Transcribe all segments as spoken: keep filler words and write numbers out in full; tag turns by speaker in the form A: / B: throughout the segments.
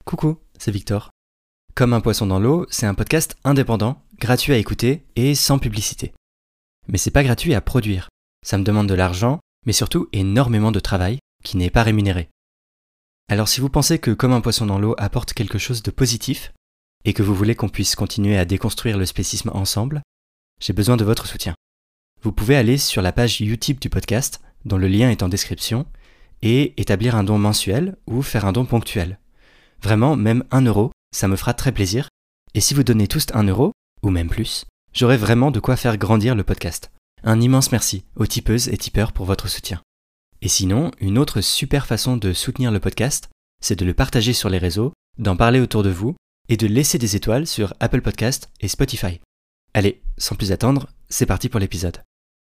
A: Coucou, c'est Victor. Comme un poisson dans l'eau, c'est un podcast indépendant, gratuit à écouter et sans publicité. Mais c'est pas gratuit à produire. Ça me demande de l'argent, mais surtout énormément de travail qui n'est pas rémunéré. Alors si vous pensez que Comme un poisson dans l'eau apporte quelque chose de positif et que vous voulez qu'on puisse continuer à déconstruire le spécisme ensemble, j'ai besoin de votre soutien. Vous pouvez aller sur la page Utip du podcast, dont le lien est en description, et établir un don mensuel ou faire un don ponctuel. Vraiment, même un euro, ça me fera très plaisir. Et si vous donnez tous un euro, ou même plus, j'aurai vraiment de quoi faire grandir le podcast. Un immense merci aux tipeuses et tipeurs pour votre soutien. Et sinon, une autre super façon de soutenir le podcast, c'est de le partager sur les réseaux, d'en parler autour de vous, et de laisser des étoiles sur Apple Podcast et Spotify. Allez, sans plus attendre, c'est parti pour l'épisode.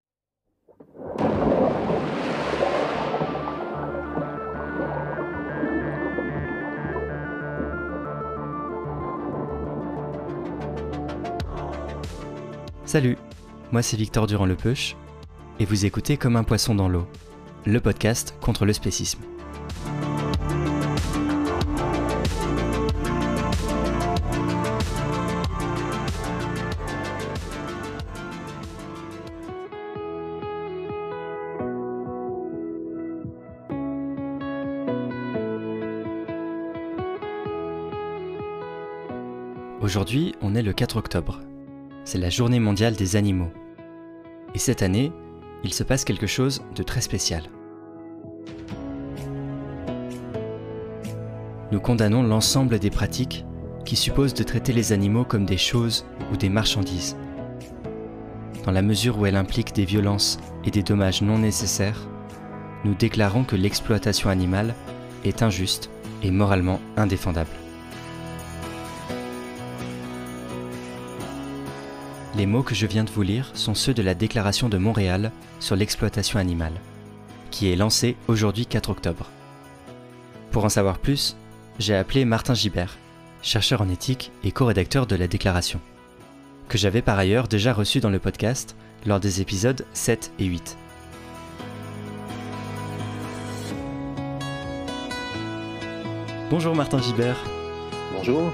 A: Salut, moi c'est Victor Durand-Lepeuch, et vous écoutez Comme un poisson dans l'eau, le podcast contre le spécisme. Aujourd'hui, on est le quatre octobre. C'est la journée mondiale des animaux. Et cette année, il se passe quelque chose de très spécial. Nous condamnons l'ensemble des pratiques qui supposent de traiter les animaux comme des choses ou des marchandises. Dans la mesure où elle implique des violences et des dommages non nécessaires, nous déclarons que l'exploitation animale est injuste et moralement indéfendable. Les mots que je viens de vous lire sont ceux de la Déclaration de Montréal sur l'exploitation animale, qui est lancée aujourd'hui quatre octobre. Pour en savoir plus, j'ai appelé Martin Gibert, chercheur en éthique et co-rédacteur de la Déclaration, que j'avais par ailleurs déjà reçu dans le podcast lors des épisodes sept et huit. Bonjour Martin Gibert.
B: Bonjour.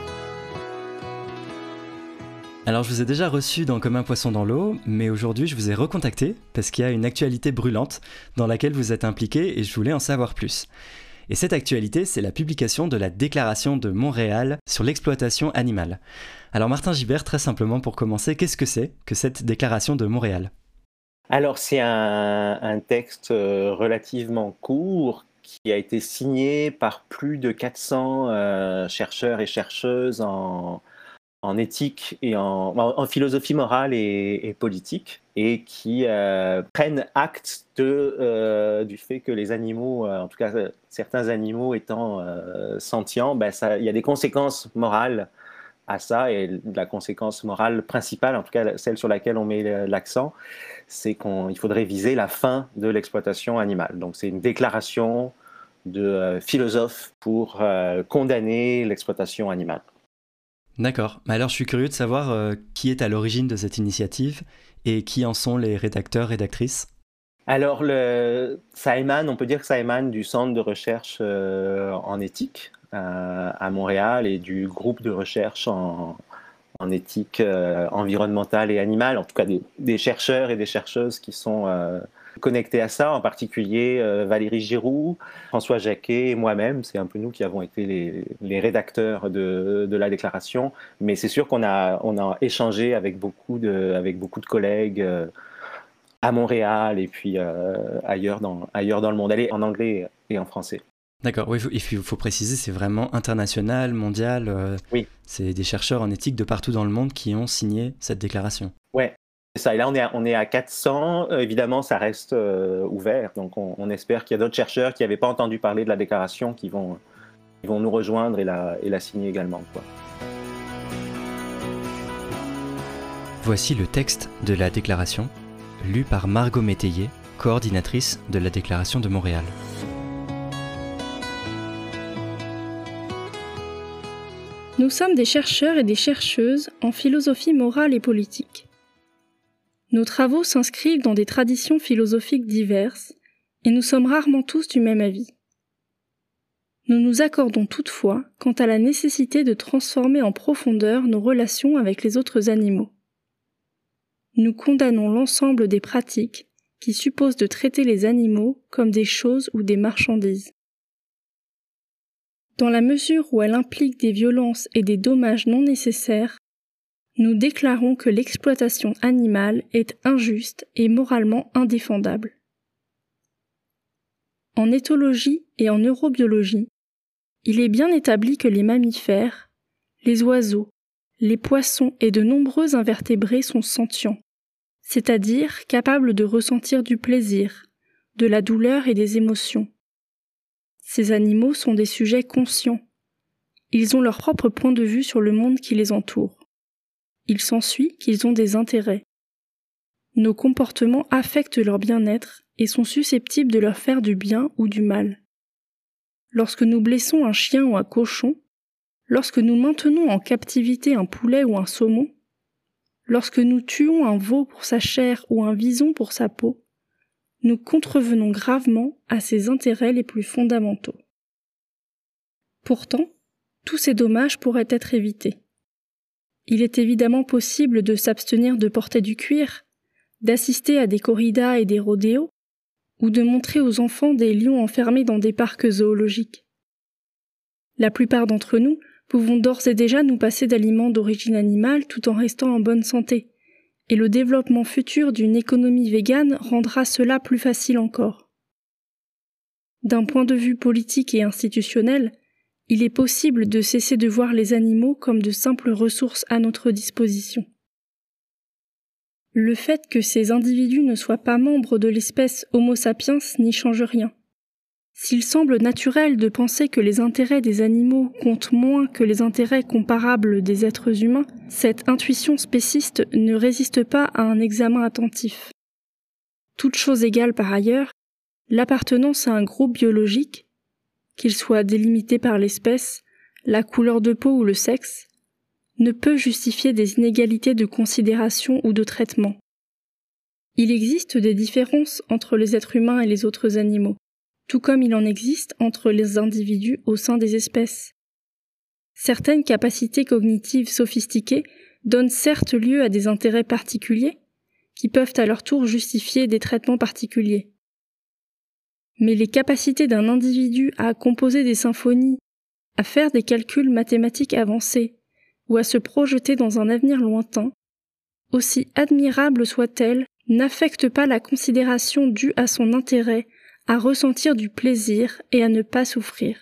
A: Alors je vous ai déjà reçu dans Comme un poisson dans l'eau, mais aujourd'hui je vous ai recontacté parce qu'il y a une actualité brûlante dans laquelle vous êtes impliqué et je voulais en savoir plus. Et cette actualité, c'est la publication de la Déclaration de Montréal sur l'exploitation animale. Alors Martin Gibert, très simplement pour commencer, qu'est-ce que c'est que cette Déclaration de Montréal ?
B: Alors c'est un, un texte relativement court qui a été signé par plus de quatre cents euh, chercheurs et chercheuses en... en éthique et en, en philosophie morale et, et politique, et qui euh, prennent acte de, euh, du fait que les animaux, euh, en tout cas euh, certains animaux étant euh, sentients, ben ça, il y a des conséquences morales à ça, et la conséquence morale principale, en tout cas celle sur laquelle on met l'accent, c'est qu'il faudrait viser la fin de l'exploitation animale. Donc c'est une déclaration de euh, philosophes pour euh, condamner l'exploitation animale.
A: D'accord. Alors je suis curieux de savoir euh, qui est à l'origine de cette initiative et qui en sont les rédacteurs, rédactrices.
B: Alors le, ça émane, on peut dire que ça émane du centre de recherche euh, en éthique euh, à Montréal et du groupe de recherche en, en éthique euh, environnementale et animale, en tout cas des, des chercheurs et des chercheuses qui sont euh, connectés à ça, en particulier euh, Valérie Giroux, François Jacquet et moi-même. C'est un peu nous qui avons été les, les rédacteurs de, de la déclaration, mais c'est sûr qu'on a, on a échangé avec beaucoup de, avec beaucoup de collègues euh, à Montréal et puis euh, ailleurs, dans, ailleurs dans le monde. Elle est en anglais et en français.
A: D'accord, oui, il faut, faut préciser, c'est vraiment international, mondial. Euh,
B: oui.
A: C'est des chercheurs en éthique de partout dans le monde qui ont signé cette déclaration.
B: Ouais. C'est ça. Et là, on est à, on est à quatre cents. Euh, évidemment, ça reste euh, ouvert. Donc, on, on espère qu'il y a d'autres chercheurs qui n'avaient pas entendu parler de la déclaration qui vont, qui vont nous rejoindre et la, et la signer également, quoi.
A: Voici le texte de la déclaration, lu par Margot Métayer, coordinatrice de la Déclaration de Montréal.
C: Nous sommes des chercheurs et des chercheuses en philosophie morale et politique. Nos travaux s'inscrivent dans des traditions philosophiques diverses et nous sommes rarement tous du même avis. Nous nous accordons toutefois quant à la nécessité de transformer en profondeur nos relations avec les autres animaux. Nous condamnons l'ensemble des pratiques qui supposent de traiter les animaux comme des choses ou des marchandises. Dans la mesure où elle implique des violences et des dommages non nécessaires, nous déclarons que l'exploitation animale est injuste et moralement indéfendable. En éthologie et en neurobiologie, il est bien établi que les mammifères, les oiseaux, les poissons et de nombreux invertébrés sont sentients, c'est-à-dire capables de ressentir du plaisir, de la douleur et des émotions. Ces animaux sont des sujets conscients. Ils ont leur propre point de vue sur le monde qui les entoure. Il s'ensuit qu'ils ont des intérêts. Nos comportements affectent leur bien-être et sont susceptibles de leur faire du bien ou du mal. Lorsque nous blessons un chien ou un cochon, lorsque nous maintenons en captivité un poulet ou un saumon, lorsque nous tuons un veau pour sa chair ou un vison pour sa peau, nous contrevenons gravement à ses intérêts les plus fondamentaux. Pourtant, tous ces dommages pourraient être évités. Il est évidemment possible de s'abstenir de porter du cuir, d'assister à des corridas et des rodéos, ou de montrer aux enfants des lions enfermés dans des parcs zoologiques. La plupart d'entre nous pouvons d'ores et déjà nous passer d'aliments d'origine animale tout en restant en bonne santé, et le développement futur d'une économie végane rendra cela plus facile encore. D'un point de vue politique et institutionnel, il est possible de cesser de voir les animaux comme de simples ressources à notre disposition. Le fait que ces individus ne soient pas membres de l'espèce Homo sapiens n'y change rien. S'il semble naturel de penser que les intérêts des animaux comptent moins que les intérêts comparables des êtres humains, cette intuition spéciste ne résiste pas à un examen attentif. Toute chose égale par ailleurs, l'appartenance à un groupe biologique, qu'il soit délimité par l'espèce, la couleur de peau ou le sexe, ne peut justifier des inégalités de considération ou de traitement. Il existe des différences entre les êtres humains et les autres animaux, tout comme il en existe entre les individus au sein des espèces. Certaines capacités cognitives sophistiquées donnent certes lieu à des intérêts particuliers, qui peuvent à leur tour justifier des traitements particuliers. Mais les capacités d'un individu à composer des symphonies, à faire des calculs mathématiques avancés, ou à se projeter dans un avenir lointain, aussi admirable soit-elle, n'affecte pas la considération due à son intérêt à ressentir du plaisir et à ne pas souffrir.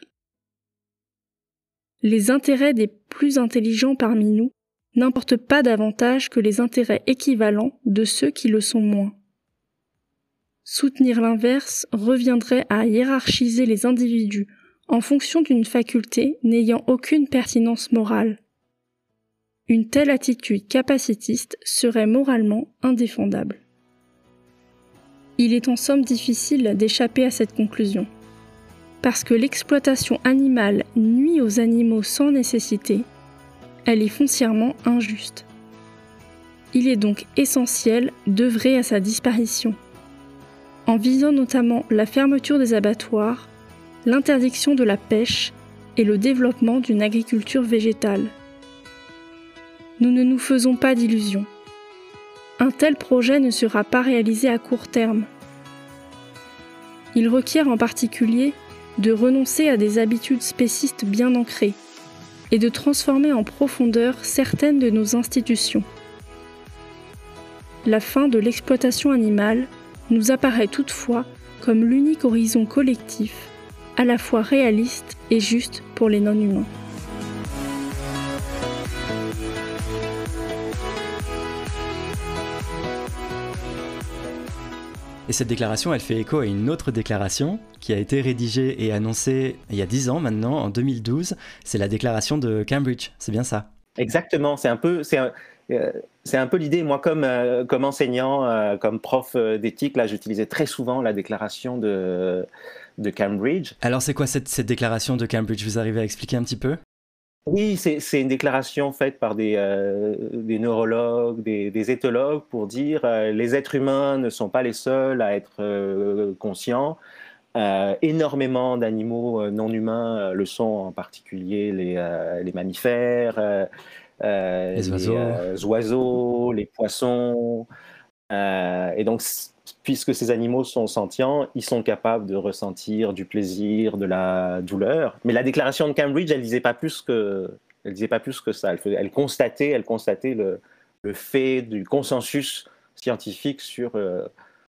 C: Les intérêts des plus intelligents parmi nous n'importent pas davantage que les intérêts équivalents de ceux qui le sont moins. Soutenir l'inverse reviendrait à hiérarchiser les individus en fonction d'une faculté n'ayant aucune pertinence morale. Une telle attitude capacitiste serait moralement indéfendable. Il est en somme difficile d'échapper à cette conclusion. Parce que l'exploitation animale nuit aux animaux sans nécessité, elle est foncièrement injuste. Il est donc essentiel d'œuvrer à sa disparition, en visant notamment la fermeture des abattoirs, l'interdiction de la pêche et le développement d'une agriculture végétale. Nous ne nous faisons pas d'illusions. Un tel projet ne sera pas réalisé à court terme. Il requiert en particulier de renoncer à des habitudes spécistes bien ancrées et de transformer en profondeur certaines de nos institutions. La fin de l'exploitation animale nous apparaît toutefois comme l'unique horizon collectif, à la fois réaliste et juste pour les non-humains.
A: Et cette déclaration, elle fait écho à une autre déclaration qui a été rédigée et annoncée il y a dix ans maintenant, en deux mille douze. C'est la déclaration de Cambridge, c'est bien ça?
B: Exactement, c'est un peu, c'est un, euh, c'est un peu l'idée. Moi, comme, euh, comme enseignant, euh, comme prof d'éthique, là, j'utilisais très souvent la déclaration de, de Cambridge.
A: Alors, c'est quoi cette, cette déclaration de Cambridge? Vous arrivez à expliquer un petit peu?
B: Oui, c'est, c'est une déclaration faite par des, euh, des neurologues, des, des éthologues pour dire euh, les êtres humains ne sont pas les seuls à être euh, conscients. Euh, énormément d'animaux euh, non humains euh, le sont, en particulier les, euh, les mammifères, euh, euh,
A: Les
B: les
A: oiseaux.
B: euh, oiseaux, les poissons. Euh, et donc, puisque ces animaux sont sentients, ils sont capables de ressentir du plaisir, de la douleur. Mais la déclaration de Cambridge, elle disait pas plus que, elle disait pas plus que ça. Elle, faisait, elle constatait, elle constatait le, le fait du consensus scientifique sur euh,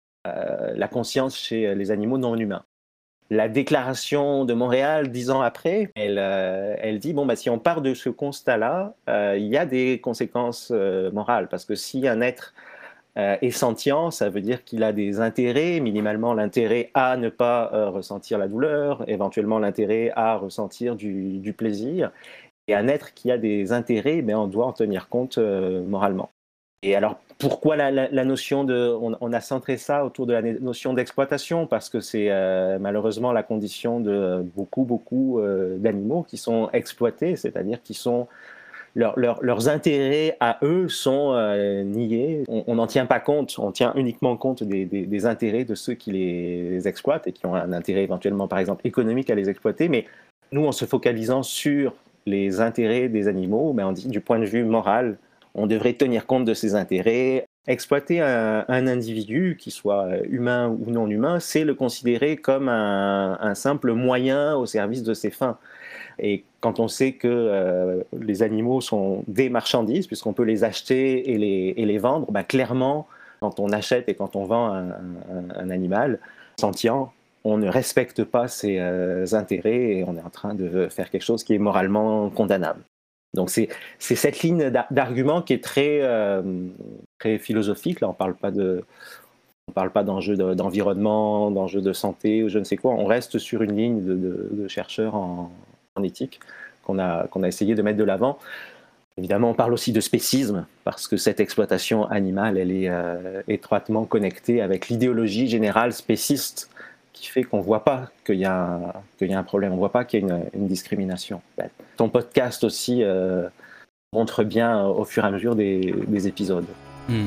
B: euh, la conscience chez les animaux non humains. La déclaration de Montréal, dix ans après, elle, euh, elle dit, bon, bah, si on part de ce constat-là, euh, il y a des conséquences euh, morales, parce que si un être euh, est sentient, ça veut dire qu'il a des intérêts, minimalement l'intérêt à ne pas euh, ressentir la douleur, éventuellement l'intérêt à ressentir du, du plaisir, et un être qui a des intérêts, ben, on doit en tenir compte euh, moralement. Et alors, pourquoi la, la, la notion de... On, on a centré ça autour de la notion d'exploitation, parce que c'est euh, malheureusement la condition de beaucoup, beaucoup euh, d'animaux qui sont exploités, c'est-à-dire qui sont... Leur, leur, leurs intérêts à eux sont euh, niés. On n'en tient pas compte, on tient uniquement compte des, des, des intérêts de ceux qui les exploitent et qui ont un intérêt éventuellement, par exemple, économique à les exploiter. Mais nous, en se focalisant sur les intérêts des animaux, ben on dit du point de vue moral, on devrait tenir compte de ces intérêts. Exploiter un, un individu, qu'il soit humain ou non humain, c'est le considérer comme un, un simple moyen au service de ses fins. Et quand on sait que euh, les animaux sont des marchandises, puisqu'on peut les acheter et les, et les vendre, ben clairement, quand on achète et quand on vend un, un, un animal sentient, on ne respecte pas ses euh, intérêts et on est en train de faire quelque chose qui est moralement condamnable. Donc c'est, c'est cette ligne d'argument qui est très, euh, très philosophique. Là, on ne parle pas de... On ne parle pas d'enjeux de, d'environnement, d'enjeux de santé ou je ne sais quoi. On reste sur une ligne de, de, de chercheurs en, en éthique qu'on a, qu'on a essayé de mettre de l'avant. Évidemment, on parle aussi de spécisme parce que cette exploitation animale, elle est euh, étroitement connectée avec l'idéologie générale spéciste qui fait qu'on ne voit pas qu'il y, a un, qu'il y a un problème, on ne voit pas qu'il y a une, une discrimination. Ton podcast aussi euh, montre bien au fur et à mesure des, des épisodes.
A: Mmh.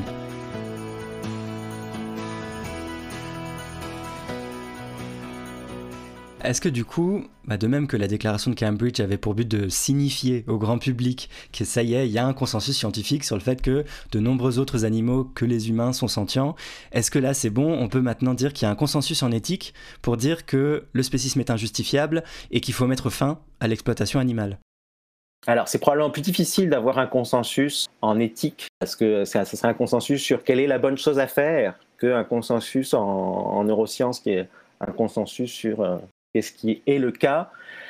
A: Est-ce que du coup, bah de même que la déclaration de Cambridge avait pour but de signifier au grand public que ça y est, il y a un consensus scientifique sur le fait que de nombreux autres animaux que les humains sont sentients, est-ce que là c'est bon, on peut maintenant dire qu'il y a un consensus en éthique pour dire que le spécisme est injustifiable et qu'il faut mettre fin à l'exploitation animale ?
B: Alors, c'est probablement plus difficile d'avoir un consensus en éthique, parce que ça, ça serait un consensus sur quelle est la bonne chose à faire, qu'un consensus en, en neurosciences qui est un consensus sur euh, qu'est-ce qui est le cas.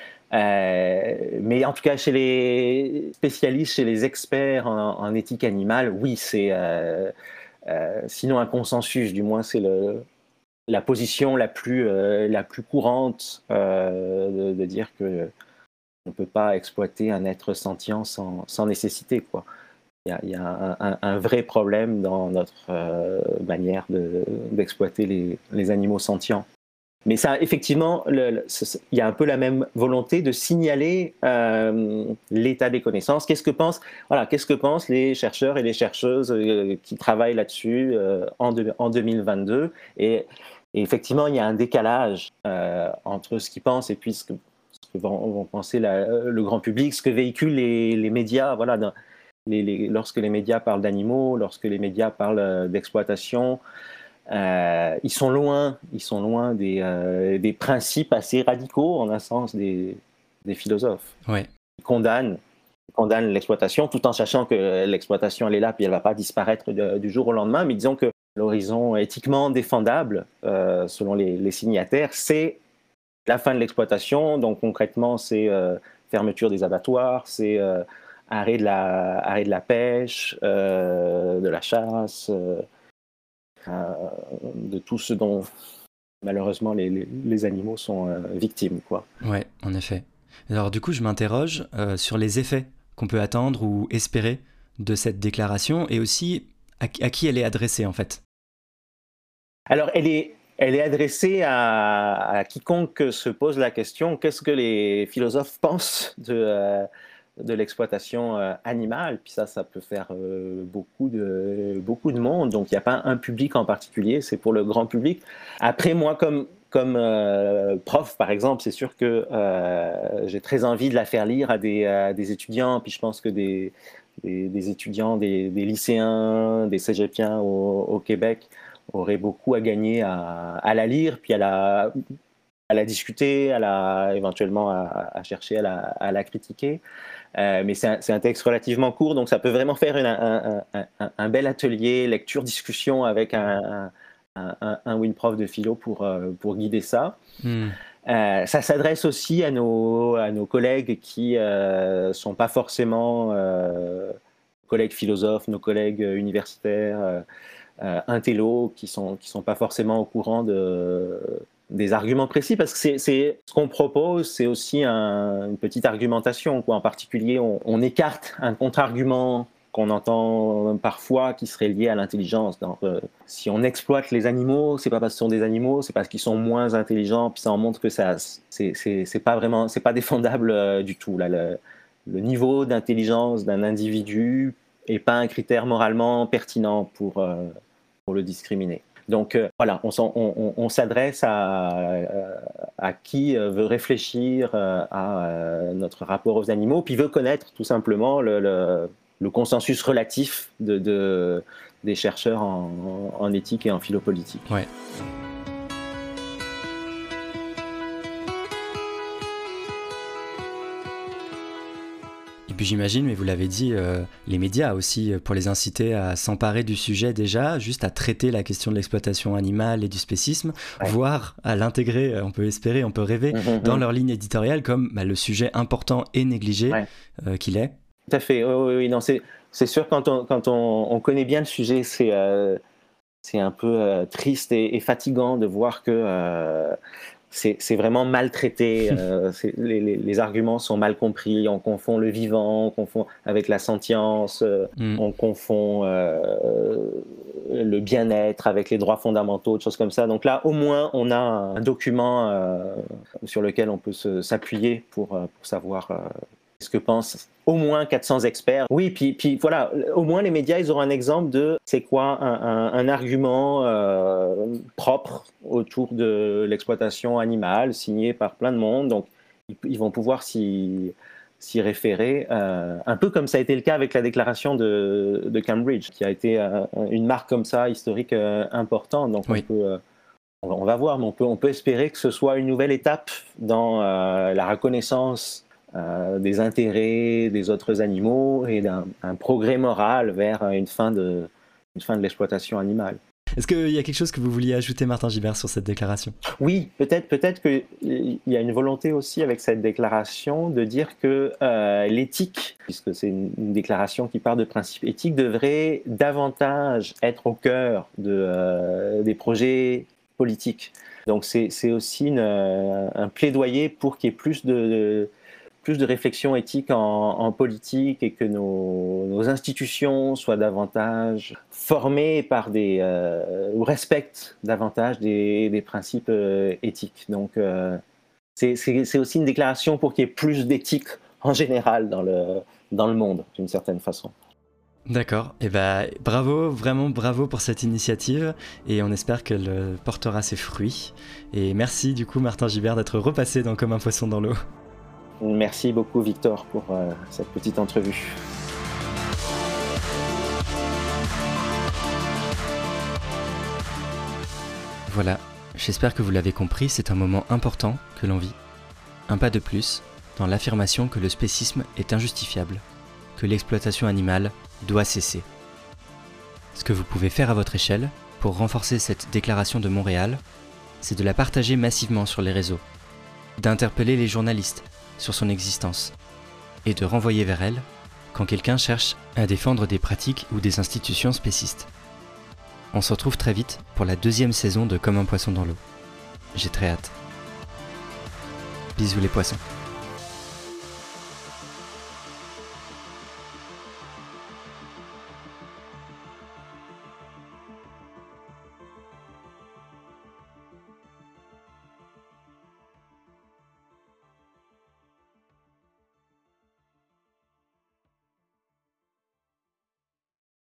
B: Euh, mais en tout cas, chez les spécialistes, chez les experts en, en éthique animale, oui, c'est euh, euh, sinon un consensus, du moins c'est le, la position la plus, euh, la plus courante euh, de, de dire que on ne peut pas exploiter un être sentient sans, sans nécessité, quoi. Il y a, il y a un, un, un vrai problème dans notre euh, manière de, d'exploiter les, les animaux sentients. Mais ça, effectivement, le, le, il y a un peu la même volonté de signaler euh, l'état des connaissances. Qu'est-ce que pensent, voilà, qu'est-ce que pensent les chercheurs et les chercheuses euh, qui travaillent là-dessus euh, en, de, en deux mille vingt-deux. Et, et effectivement, il y a un décalage euh, entre ce qu'ils pensent et puis ce que vont, vont penser la, le grand public, ce que véhiculent les, les médias. Voilà, dans, les, les, lorsque les médias parlent d'animaux, lorsque les médias parlent d'exploitation, euh, ils sont loin, ils sont loin des, euh, des principes assez radicaux, en un sens, des, des philosophes.
A: Ouais.
B: Ils condamnent, ils condamnent l'exploitation, tout en sachant que l'exploitation, elle est là, puis elle ne va pas disparaître de, du jour au lendemain, mais disons que l'horizon éthiquement défendable, euh, selon les, les signataires, c'est la fin de l'exploitation. Donc concrètement, c'est euh, fermeture des abattoirs, c'est euh, arrêt, de la, arrêt de la pêche, euh, de la chasse, euh, euh, de tout ce dont malheureusement les, les, les animaux sont euh, victimes, quoi.
A: Ouais, en effet. Alors du coup, je m'interroge euh, sur les effets qu'on peut attendre ou espérer de cette déclaration et aussi à, à qui elle est adressée en fait.
B: Alors elle est Elle est adressée à, à quiconque se pose la question qu'est-ce que les philosophes pensent de, euh, de l'exploitation euh, animale. Puis ça, ça peut faire euh, beaucoup, de, beaucoup de monde. Donc il n'y a pas un public en particulier, c'est pour le grand public. Après, moi, comme, comme euh, prof, par exemple, c'est sûr que euh, j'ai très envie de la faire lire à des, à des étudiants. Puis je pense que des, des, des étudiants, des, des lycéens, des cégepiens au, au Québec auraient beaucoup à gagner à, à la lire, puis à la, à la discuter, à la, éventuellement à, à chercher à la, à la critiquer. Euh, mais c'est un, c'est un texte relativement court, donc ça peut vraiment faire une, un, un, un, un bel atelier lecture-discussion avec un, un, un, un ou une prof de philo pour, pour guider ça. Mm. Euh, ça s'adresse aussi à nos, à nos collègues qui ne euh, sont pas forcément euh, collègues philosophes, nos collègues universitaires, euh, euh, intellos, qui ne sont, qui sont pas forcément au courant de... des arguments précis, parce que c'est, c'est ce qu'on propose, c'est aussi un, une petite argumentation, quoi. En particulier, on, on écarte un contre-argument qu'on entend parfois qui serait lié à l'intelligence. Donc, euh, si on exploite les animaux, c'est pas parce qu'ils sont des animaux, c'est parce qu'ils sont moins intelligents, puis ça en montre que ça, c'est, c'est, c'est pas vraiment, c'est pas défendable euh, du tout. Là, le, le niveau d'intelligence d'un individu est pas un critère moralement pertinent pour, euh, pour le discriminer. Donc euh, voilà, on, on, on, on s'adresse à, à qui veut réfléchir à notre rapport aux animaux, puis veut connaître tout simplement le, le, le consensus relatif de, de, des chercheurs en, en éthique et en philopolitique.
A: Ouais. Et puis j'imagine, mais vous l'avez dit, euh, les médias aussi, pour les inciter à s'emparer du sujet déjà, juste à traiter la question de l'exploitation animale et du spécisme, ouais. voire à l'intégrer, on peut espérer, on peut rêver, mmh, dans mmh. leur ligne éditoriale comme bah, le sujet important et négligé ouais. euh, qu'il est.
B: Tout à fait, oui, oui, oui. Non, c'est, c'est sûr, quand, on, quand on, on connaît bien le sujet, c'est, euh, c'est un peu euh, triste et, et fatigant de voir que... Euh, C'est, c'est vraiment maltraité, euh, c'est, les, les, les arguments sont mal compris, on confond le vivant, on confond avec la sentience, euh, mm. on confond euh, le bien-être avec les droits fondamentaux, des choses comme ça. Donc là, au moins, on a un document euh, sur lequel on peut se, s'appuyer pour, pour savoir euh, ce que pensent au moins quatre cents experts. Oui, puis, puis voilà, au moins les médias, ils auront un exemple de c'est quoi un, un, un argument euh, propre autour de l'exploitation animale, signé par plein de monde. Donc, ils, ils vont pouvoir s'y, s'y référer, euh, un peu comme ça a été le cas avec la déclaration de, de Cambridge, qui a été euh, une marque comme ça, historique euh, importante. Donc, oui. on peut... Euh, on va voir, mais on peut, on peut espérer que ce soit une nouvelle étape dans euh, la reconnaissance Euh, des intérêts des autres animaux et d'un un progrès moral vers une fin de, une fin de l'exploitation animale.
A: Est-ce qu'il y a quelque chose que vous vouliez ajouter, Martin Gibert, sur cette déclaration ?
B: Oui, peut-être, peut-être qu'il y a une volonté aussi avec cette déclaration de dire que euh, l'éthique, puisque c'est une, une déclaration qui part de principes éthiques, devrait davantage être au cœur de, euh, des projets politiques. Donc c'est, c'est aussi une, un plaidoyer pour qu'il y ait plus de... de plus de réflexion éthique en, en politique et que nos, nos institutions soient davantage formées par des euh, ou respectent davantage des, des principes euh, éthiques. Donc euh, c'est, c'est, c'est aussi une déclaration pour qu'il y ait plus d'éthique en général dans le, dans le monde, d'une certaine façon.
A: D'accord, et ben bravo, vraiment bravo pour cette initiative et on espère qu'elle portera ses fruits. Et merci du coup Martin Gibert d'être repassé dans Comme un poisson dans l'eau.
B: Merci beaucoup Victor pour euh, cette petite entrevue.
A: Voilà, j'espère que vous l'avez compris, c'est un moment important que l'on vit. Un pas de plus dans l'affirmation que le spécisme est injustifiable, que l'exploitation animale doit cesser. Ce que vous pouvez faire à votre échelle pour renforcer cette déclaration de Montréal, c'est de la partager massivement sur les réseaux, d'interpeller les journalistes sur son existence et de renvoyer vers elle quand quelqu'un cherche à défendre des pratiques ou des institutions spécistes. On se retrouve très vite pour la deuxième saison de Comme un poisson dans l'eau. J'ai très hâte. Bisous les poissons.